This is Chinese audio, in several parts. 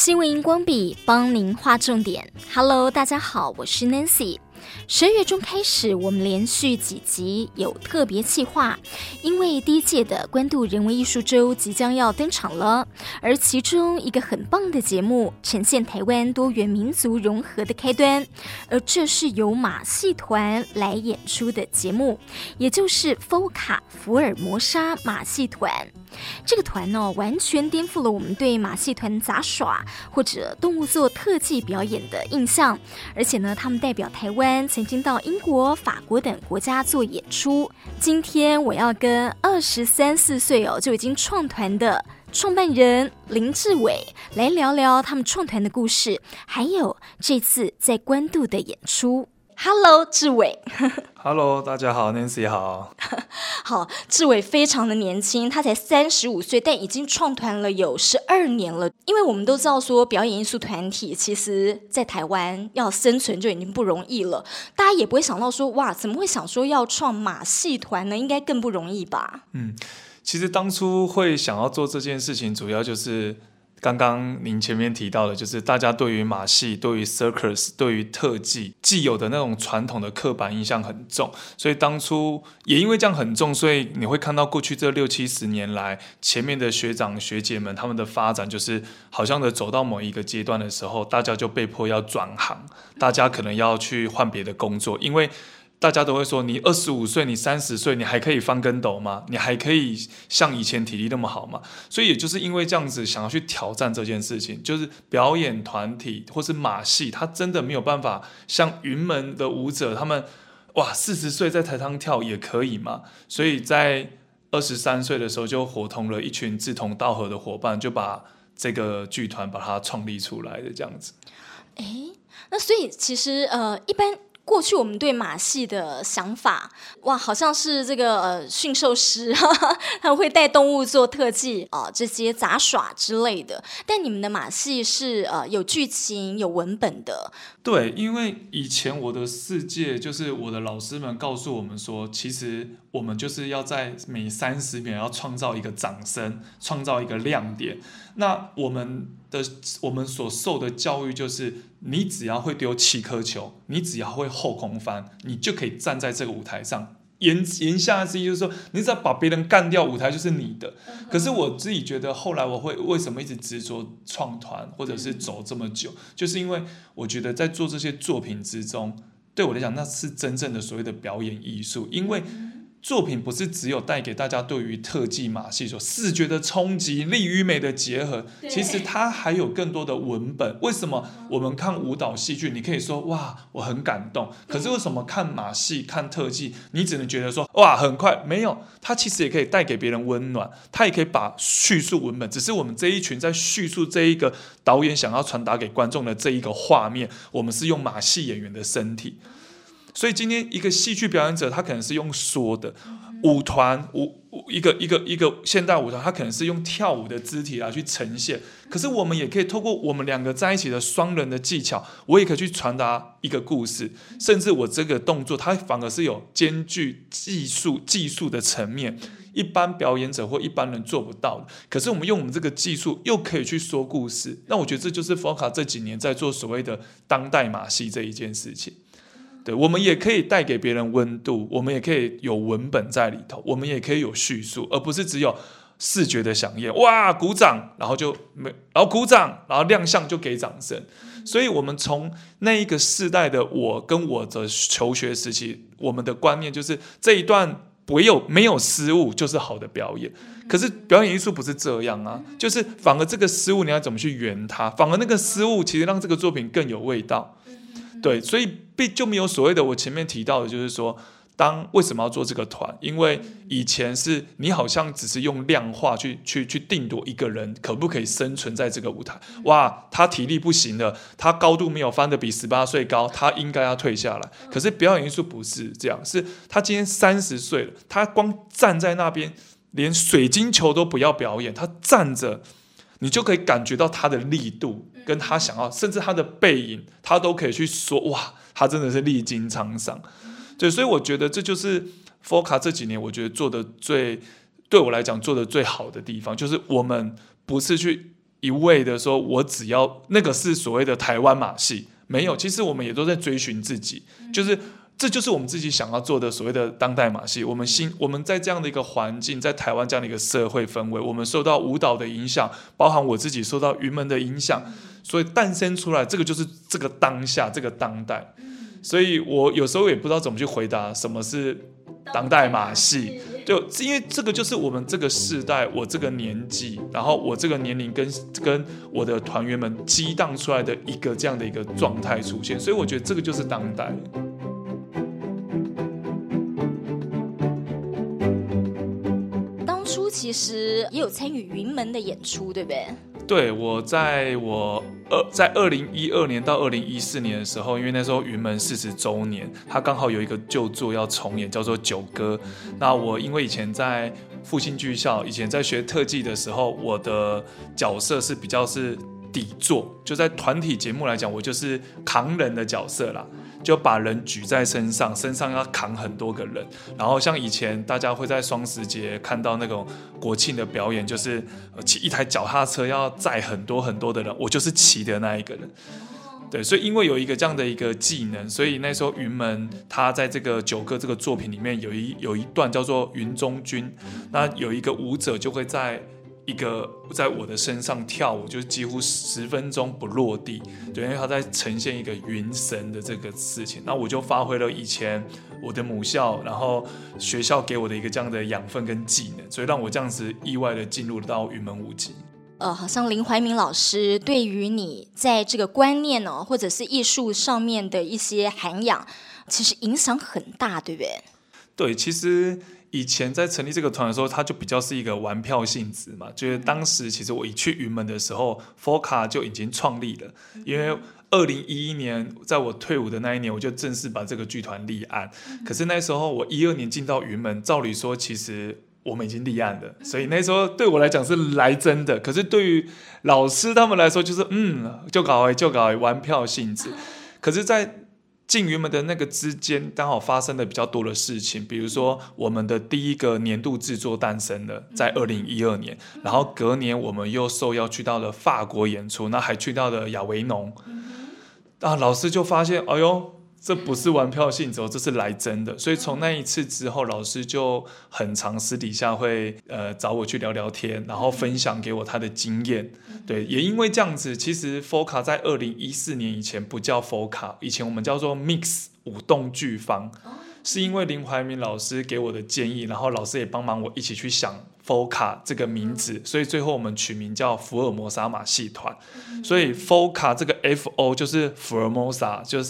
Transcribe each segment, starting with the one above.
新闻荧光笔帮您画重点。Hello， 大家好，我是 Nancy。12月中开始，我们连续几集有特别企划，因为第一届的关渡人文艺术周即将要登场了，而其中一个很棒的节目，呈现台湾多元民族融合的开端，而这是由马戏团来演出的节目，也就是 FOCA 福尔摩沙马戏团。这个团完全颠覆了我们对马戏团杂耍或者动物做特技表演的印象，而且呢，他们代表台湾曾经到英国、法国等国家做演出。今天我要跟23、24岁就已经创团的创办人林志伟来聊聊他们创团的故事，还有这次在关渡的演出。Hello， 志伟。 Hello， 大家好 ，Nancy 好。 好，志伟非常的年轻，他才35岁，但已经创团了有12年了。因为我们都知道说，表演艺术团体其实在台湾要生存就已经不容易了，大家也不会想到说，哇，怎么会想说要创马戏团呢？应该更不容易吧？ 其实当初会想要做这件事情，主要就是刚刚您前面提到的，就是大家对于马戏、对于 circus、对于特技既有的那种传统的刻板印象很重，所以当初也因为这样很重，所以你会看到过去这60-70年来，前面的学长学姐们他们的发展，就是好像的走到某一个阶段的时候，大家就被迫要转行，大家可能要去换别的工作，因为大家都会说，你25岁，你30岁，你还可以翻跟斗吗？你还可以像以前体力那么好吗？所以也就是因为这样子，想要去挑战这件事情，就是表演团体或是马戏，它真的没有办法像云门的舞者，他们40岁在台上跳也可以嘛？所以在23岁的时候，就伙同了一群志同道合的伙伴，就把这个剧团把它创立出来的这样子。 那所以其实一般过去我们对马戏的想法，好像是这个驯兽师他们会带动物做特技这些杂耍之类的。但你们的马戏是有剧情、有文本的。 对，因为以前我的世界就是我的老师们告诉我们说，其实我们就是要在每30秒要创造一个掌声，创造一个亮点。那我们所受的教育就是，你只要会丢7颗球，你只要会后空翻，你就可以站在这个舞台上。言下之意就是说，你只要把别人干掉，舞台就是你的。可是我自己觉得，后来我会为什么一直执着创团，或者是走这么久，就是因为我觉得在做这些作品之中，对我来讲，那是真正的所谓的表演艺术，因为作品不是只有带给大家对于特技马戏所视觉的冲击、力与美的结合，其实它还有更多的文本。为什么我们看舞蹈戏剧，你可以说哇我很感动，可是为什么看马戏、看特技，你只能觉得说哇很快？没有，它其实也可以带给别人温暖，它也可以把叙述文本，只是我们这一群在叙述这一个导演想要传达给观众的这一个画面，我们是用马戏演员的身体。所以今天一个戏剧表演者，他可能是用说的；舞团一个现代舞团，他可能是用跳舞的肢体来去呈现。可是我们也可以透过我们两个在一起的双人的技巧，我也可以去传达一个故事。甚至我这个动作，它反而是有兼具技术的层面，一般表演者或一般人做不到的。可是我们用我们这个技术，又可以去说故事。那我觉得这就是 FOCA 这几年在做所谓的当代马戏这一件事情。对，我们也可以带给别人温度，我们也可以有文本在里头，我们也可以有叙述，而不是只有视觉的响应，哇，鼓掌，然后鼓掌，然后亮相就给掌声。所以我们从那一个世代的我跟我的求学时期，我们的观念就是这一段没有失误就是好的表演。可是表演艺术不是这样啊，就是反而这个失误你要怎么去圆它，反而那个失误其实让这个作品更有味道。对，所以就没有所谓的我前面提到的，就是说，为什么要做这个团？因为以前是你好像只是用量化去定夺一个人可不可以生存在这个舞台。哇，他体力不行了，他高度没有翻得比18岁高，他应该要退下来。可是表演艺术不是这样，是他今天30岁了，他光站在那边，连水晶球都不要表演，他站着。你就可以感觉到他的力度，跟他想要，甚至他的背影，他都可以去说，哇，他真的是历经沧桑。对，所以我觉得这就是 FOCA 这几年我觉得对我来讲做的最好的地方，就是我们不是去一味的说我只要那个是所谓的台湾马戏，没有，其实我们也都在追寻自己，这就是我们自己想要做的所谓的当代马戏。我们在这样的一个环境，在台湾这样的一个社会氛围，我们受到舞蹈的影响，包含我自己受到云门的影响，所以诞生出来这个就是这个当下，这个当代。所以我有时候也不知道怎么去回答什么是当代马戏，就因为这个就是我们这个世代，我这个年纪，然后我这个年龄跟我的团员们激荡出来的一个这样的一个状态出现，所以我觉得这个就是当代。 其实也有参与云门的演出，对不对？ 对，我在2012年到2014年的时候，因为那时候云门40周年，他刚好有一个旧作要重演，叫做《九歌》。那我因为以前在复兴剧校，以前在学特技的时候，我的角色是比较是底座，就在团体节目来讲，我就是扛人的角色啦。就把人举在身上要扛很多个人，然后像以前大家会在双十节看到那种国庆的表演，就是骑一台脚踏车要载很多很多的人，我就是骑的那一个人。对，所以因为有一个这样的一个技能，所以那时候云门他在这个九歌这个作品里面有一段叫做云中君，那有一个舞者就会在我的身上跳舞，就几乎10分钟不落地，对，因为他在呈现一个云神的这个事情。那我就发挥了以前我的母校，然后学校给我的一个这样的养分跟技能，所以让我这样子意外的进入到云门舞集。 好像林怀民老师对于你在这个观念或者是艺术上面的一些涵养，其实影响很大，对不对？ 对，其实以前在成立这个团的时候，它就比较是一个玩票性质嘛。就是当时其实我一去云门的时候 ，FOCA 就已经创立了。因为2011年在我退伍的那一年，我就正式把这个剧团立案。可是那时候我12年进到云门，照理说其实我们已经立案了，所以那时候对我来讲是来真的。可是对于老师他们来说，就是就搞玩票性质。可是，在进云门的那个之间，刚好发生了比较多的事情，比如说我们的第一个年度制作诞生了，在2012年，然后隔年我们又受邀去到了法国演出，那还去到了亚维农，老师就发现，哎呦，这不是玩票性质，这是来真的。所以从那一次之后，老师就很常私底下会找我去聊聊天，然后分享给我他的经验。对，也因为这样子，其实 FOCA 在2014年以前不叫 FOCA， 以前我们叫做 Mix 舞动剧坊，是因为林怀民老师给我的建议，然后老师也帮忙我一起去想 FOCA 这个名字，所以最后我们取名叫福尔摩沙马戏团。所以 FOCA 这个 FO 就是福尔摩沙，就是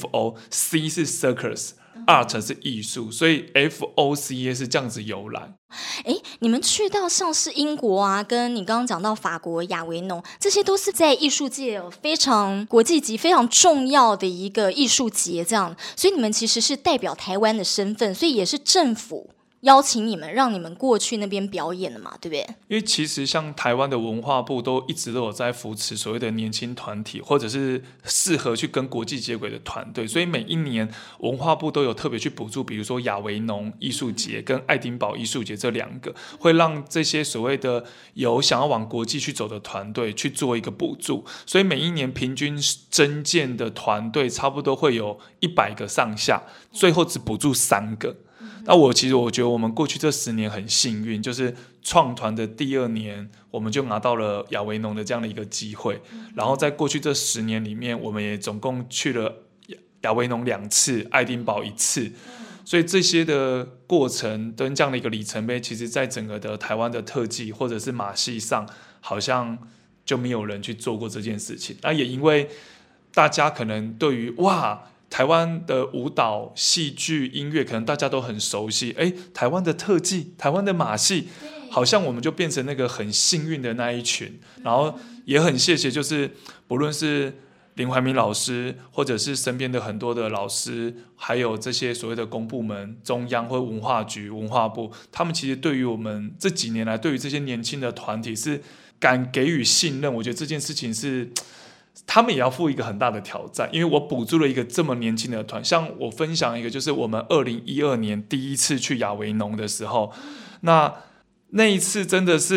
FO，C 是 Circus，Art 是艺术，所以 FOCA 是这样子由来。 你们去到像是英国啊，跟你刚刚讲到法国亚维农，这些都是在艺术界非常国际级、非常重要的一个艺术节，这样，所以你们其实是代表台湾的身份，所以也是政府邀请你们，让你们过去那边表演的嘛，对不对？ 因为其实像台湾的文化部一直都有在扶持所谓的年轻团体，或者是适合去跟国际接轨的团队，所以每一年文化部都有特别去补助，比如说亚维农艺术节跟爱丁堡艺术节这2个，会让这些所谓的有想要往国际去走的团队去做一个补助，所以每一年平均征建的团队差不多会有100个上下，最后只补助3个。那其实我觉得我们过去这10年很幸运，就是创团的第2年，我们就拿到了亚维农的这样的一个机会。然后在过去这10年里面，我们也总共去了亚维农2次，爱丁堡1次。所以这些的过程跟这样的一个里程碑，其实在整个的台湾的特技或者是马戏上，好像就没有人去做过这件事情。那也因为大家可能对于台湾的舞蹈、戏剧、音乐，可能大家都很熟悉。台湾的特技、台湾的马戏，好像我们就变成那个很幸运的那一群。然后也很谢谢，就是不论是林怀民老师，或者是身边的很多的老师，还有这些所谓的公部门、中央或文化局、文化部，他们其实对于我们这几年来，对于这些年轻的团体是敢给予信任。我觉得这件事情是。他们也要负一个很大的挑战，因为我补助了一个这么年轻的团。像我分享一个，就是我们2012年第一次去亚维农的时候，那一次真的是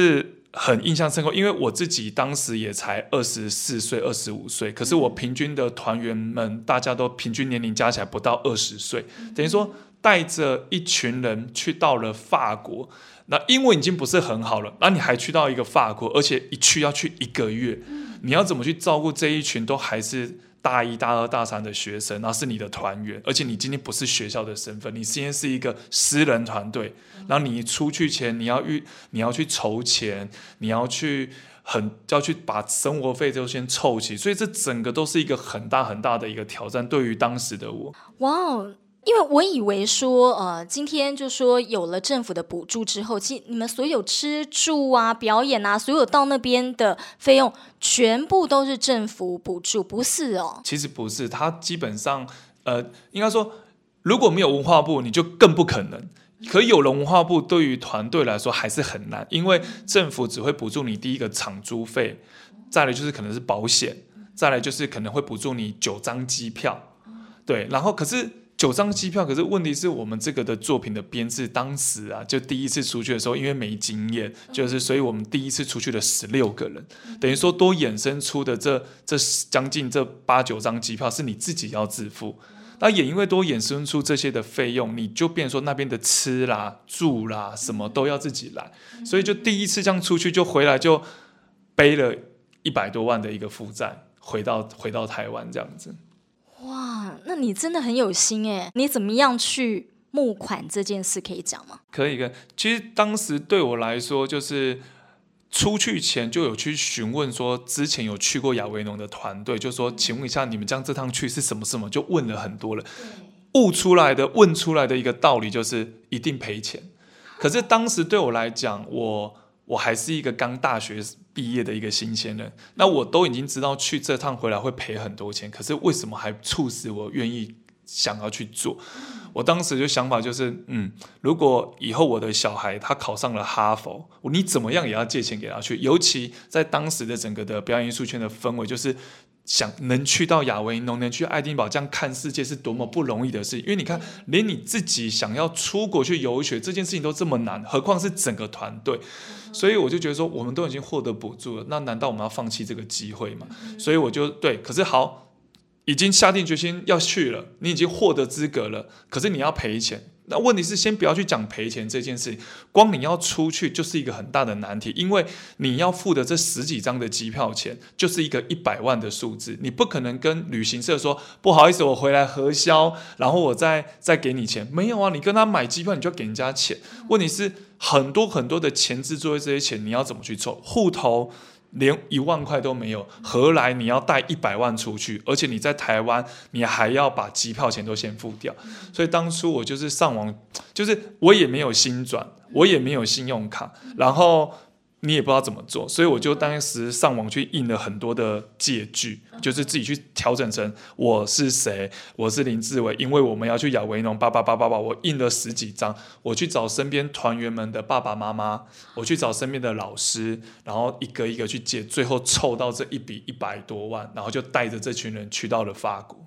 很印象深刻，因为我自己当时也才24岁、25岁，可是我平均的团员们大家都平均年龄加起来不到20岁，等于说带着一群人去到了法国，那英文已经不是很好了，那你还去到一个法国，而且一去要去1个月，你要怎么去照顾这一群都还是大1、大2、大3的学生，然后是你的团员，而且你今天不是学校的身份，你今天是一个私人团队，然后你出去前你要去筹钱，你要去把生活费都先凑齐，所以这整个都是一个很大很大的一个挑战，对于当时的我。 哇哦！因为我以为说，今天就说有了政府的补助之后，其实你们所有吃住啊、表演啊，所有到那边的费用，全部都是政府补助，不是哦？ 其实不是，它基本上，应该说，如果没有文化部，你就更不可能。可有了文化部，对于团队来说还是很难，因为政府只会补助你第一个场租费，再来就是可能是保险，再来就是可能会补助你9张机票，对，然后可是。9张机票，可是问题是我们这个的作品的编制，当时啊，就第一次出去的时候，因为没经验，就是所以我们第一次出去了16个人，等于说多衍生出的这将近这8、9张机票是你自己要自付。那也因为多衍生出这些的费用，你就变成说那边的吃啦、住啦什么都要自己来，所以就第一次这样出去，就回来就背了100多万的一个负债，回到台湾这样子。 哇，那你真的很有心耶！你怎么样去募款这件事可以讲吗？ 可以。其实当时对我来说，就是出去前就有去询问说，之前有去过亚维农的团队，就说请问一下，你们这趟去是什么什么？就问了很多人，问出来的一个道理就是一定赔钱。可是当时对我来讲，我还是一个刚大学毕业的一个新鲜人，那我都已经知道去这趟回来会赔很多钱，可是为什么还促使我愿意想要去做？我当时就想法就是，如果以后我的小孩他考上了哈佛，你怎么样也要借钱给他去，尤其在当时的整个的表演艺术圈的氛围，就是想能去到亚维农，能去爱丁堡，这样看世界是多么不容易的事。因为你看，连你自己想要出国去游学这件事情都这么难，何况是整个团队。所以我就觉得说，我们都已经获得补助了，那难道我们要放弃这个机会吗？所以我就可是好，已经下定决心要去了，你已经获得资格了，可是你要赔钱。那问题是先不要去讲赔钱这件事情，光你要出去就是一个很大的难题，因为你要付的这10几张的机票钱就是一个100万的数字，你不可能跟旅行社说不好意思我回来核销，然后我再给你钱，没有啊，你跟他买机票你就要给人家钱。问题是很多很多的前置作业，这些钱你要怎么去凑？户头连1万块都没有，何来你要带100万出去？而且你在台湾，你还要把机票钱都先付掉。所以当初我就是上网，就是我也没有薪转，我也没有信用卡，然后你也不知道怎么做，所以我就当时上网去印了很多的借据，就是自己去调整成我是谁，我是林志伟，因为我们要去亚维农88888，我印了10几张，我去找身边团员们的爸爸妈妈，我去找身边的老师，然后一个一个去借，最后凑到这一笔100多万，然后就带着这群人去到了法国。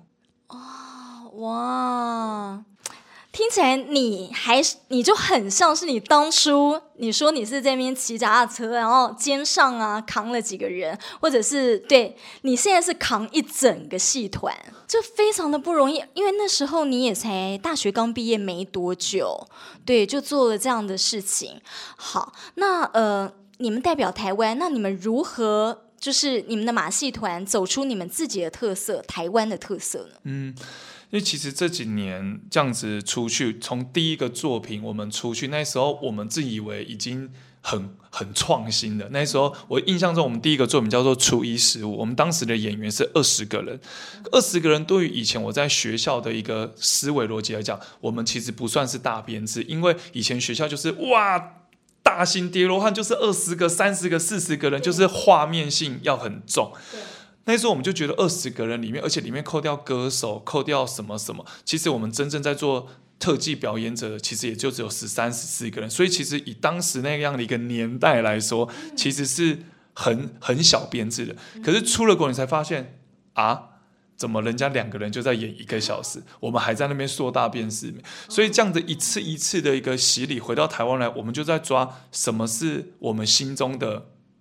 哇！听起来你就很像是你当初你说你是在那边骑脚踏车，然后肩上啊扛了几个人，或者是对你现在是扛一整个戏团，就非常的不容易。因为那时候你也才大学刚毕业没多久，对，就做了这样的事情。好，那你们代表台湾，那你们如何就是你们的马戏团走出你们自己的特色，台湾的特色呢？ 因为其实这几年这样子出去，从第一个作品我们出去，那时候我们自以为已经很创新的。那时候我印象中，我们第一个作品叫做《初一15》，我们当时的演员是20个人。20个人对于以前我在学校的一个思维逻辑来讲，我们其实不算是大编制，因为以前学校就是大型叠罗汉就是20个、30个、40个人，就是画面性要很重。那时候我们就觉得20个人里面，而且里面扣掉歌手，扣掉什么什么，其实我们真正在做特技表演者，其实也就只有13、14个人。所以其实以当时那样的一个年代来说，其实是很小编制的。可是出了国，你才发现怎么人家2个人就在演1个小时，我们还在那边硕大便是美。所以这样的一次一次的一个洗礼，回到台湾来，我们就在抓什么是我们心中的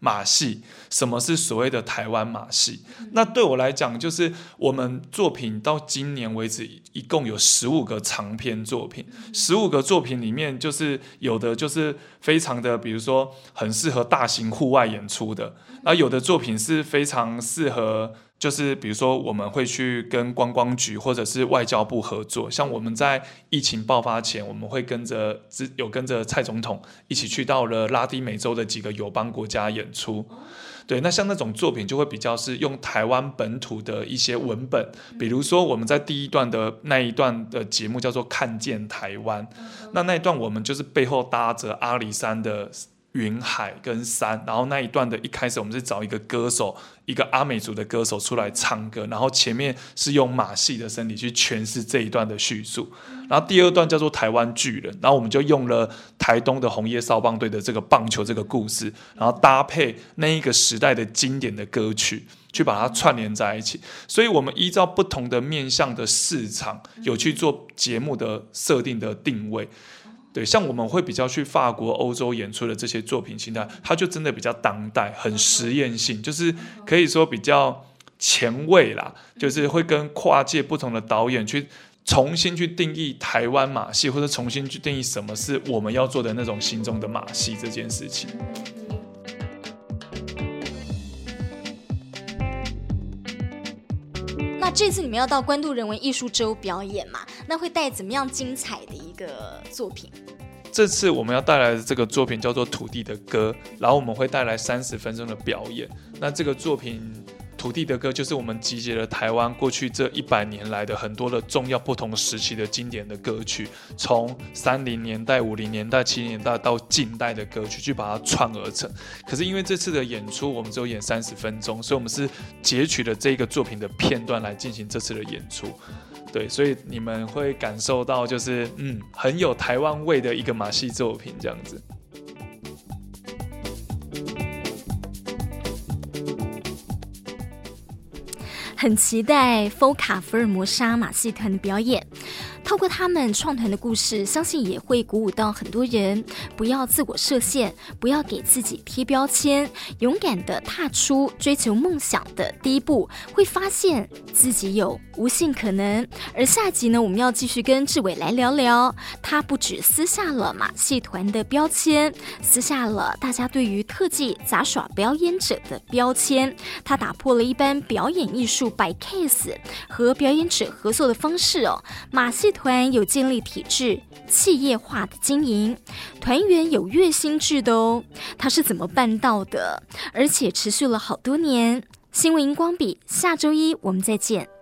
马戏，什么是所谓的台湾马戏。那对我来讲，就是我们作品到今年为止一共有15个长篇作品，15个作品里面就是有的就是非常的，比如说很适合大型户外演出的，然后有的作品是非常适合，就是比如说我们会去跟观光局或者是外交部合作，像我们在疫情爆发前，我们会跟着蔡总统一起去到了拉丁美洲的几个友邦国家演出。对，那像那种作品就会比较是用台湾本土的一些文本，比如说我们在第一段的那一段的节目叫做看见台湾，那一段我们就是背后搭着阿里山的云海跟山，然后那一段的一开始我们是找一个歌手，一个阿美族的歌手出来唱歌，然后前面是用马戏的身体去诠释这一段的叙述，然后第二段叫做台湾巨人，然后我们就用了台东的红叶少棒队的这个棒球这个故事，然后搭配那一个时代的经典的歌曲去把它串联在一起，所以我们依照不同的面向的市场有去做节目的设定的定位。对，像我们会比较去法国、欧洲演出的这些作品形态，它就真的比较当代，很实验性，就是可以说比较前卫啦，就是会跟跨界不同的导演去重新去定义台湾马戏，或者重新去定义什么是我们要做的那种心中的马戏这件事情。 那这次你们要到关渡人文艺术周表演嘛？那会带怎么样精彩的一个作品？ 这次我们要带来的这个作品叫做《土地的歌》，然后我们会带来30分钟的表演。那这个作品《土地的歌》就是我们集结了台湾过去这100年来的很多的重要不同时期的经典的歌曲，从30年代、50年代、70年代到近代的歌曲去把它串而成。可是因为这次的演出我们只有演30分钟，所以我们是截取了这个作品的片段来进行这次的演出。对，所以你们会感受到就是很有台湾味的一个马戏作品这样子。 很期待福卡福尔摩沙马戏团的表演，透过他们创团的故事，相信也会鼓舞到很多人，不要自我设限，不要给自己贴标签，勇敢地踏出追求梦想的第一步，会发现自己有无限可能。而下集呢，我们要继续跟志伟来聊聊，他不只撕下了马戏团的标签，撕下了大家对于特技杂耍表演者的标签，他打破了一般表演艺术by case 和表演者合作的方式哦。马戏团有建立体制，企业化的经营，团员有月薪制的哦。他是怎么办到的？而且持续了好多年。新闻荧光笔，下周一我们再见。